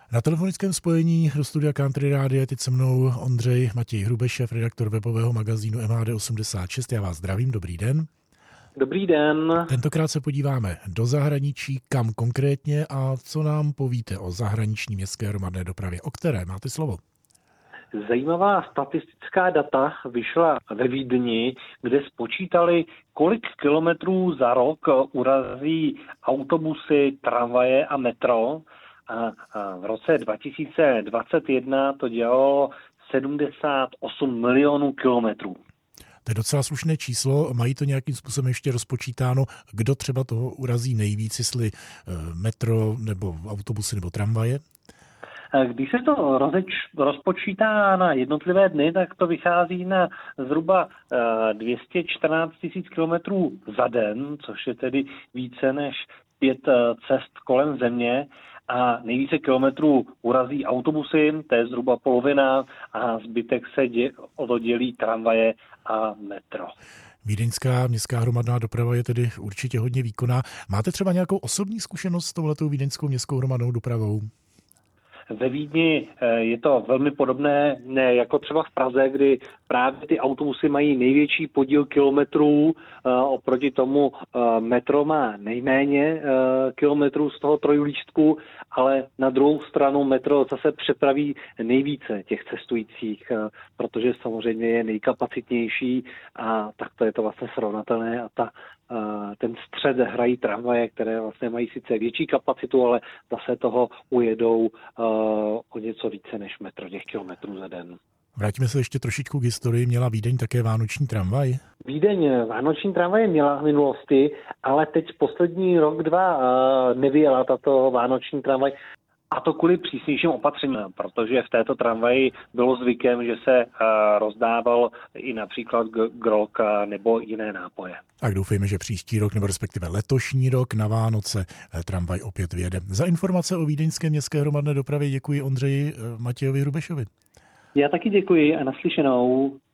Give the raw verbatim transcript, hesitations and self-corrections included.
Na telefonickém spojení do studia Country Rádia je teď se mnou Ondřej Matěj Hrubešev, redaktor webového magazínu M H D osmdesát šest. Já vás zdravím, dobrý den. Dobrý den. Tentokrát se podíváme do zahraničí, kam konkrétně a co nám povíte o zahraniční městské hromadné dopravě. O které máte slovo? Zajímavá statistická data vyšla ve Vídni, kde spočítali, kolik kilometrů za rok urazí autobusy, tramvaje a metro. A v roce dva tisíce dvacet jedna to dělalo sedmdesát osm milionů kilometrů. To je docela slušné číslo. Mají to nějakým způsobem ještě rozpočítáno, kdo třeba toho urazí nejvíc, jestli metro nebo autobusy nebo tramvaje? Když se to rozeč, rozpočítá na jednotlivé dny, tak to vychází na zhruba dvě stě čtrnáct tisíc kilometrů za den, což je tedy více než pět cest kolem země. A nejvíce kilometrů urazí autobusy, to je zhruba polovina, a zbytek se dě, o to dělí tramvaje a metro. Vídeňská městská hromadná doprava je tedy určitě hodně výkonná. Máte třeba nějakou osobní zkušenost s touhletou vídeňskou městskou hromadnou dopravou? Ve Vídni je to velmi podobné, ne jako třeba v Praze, kdy právě ty autobusy mají největší podíl kilometrů, oproti tomu metro má nejméně kilometrů z toho trojlístku, ale na druhou stranu metro zase přepraví nejvíce těch cestujících, protože samozřejmě je nejkapacitnější a takto je to vlastně srovnatelné a ta ten střed hrají tramvaje, které vlastně mají sice větší kapacitu, ale zase toho ujedou uh, o něco více než metro těch kilometrů za den. Vrátíme se ještě trošičku k historii. Měla Vídeň také vánoční tramvaj? Vídeň vánoční tramvaj měla v minulosti, ale teď poslední rok, dva uh, nevyjela tato vánoční tramvaj. A to kvůli přísnějším opatřením, protože v této tramvaji bylo zvykem, že se uh, rozdával i například grog nebo jiné nápoje. Tak doufejme, že příští rok, nebo respektive letošní rok na Vánoce tramvaj opět vyjede. Za informace o vídeňské městské hromadné dopravě děkuji Ondřeji Matějovi Hrubešovi. Já taky děkuji a naslyšenou.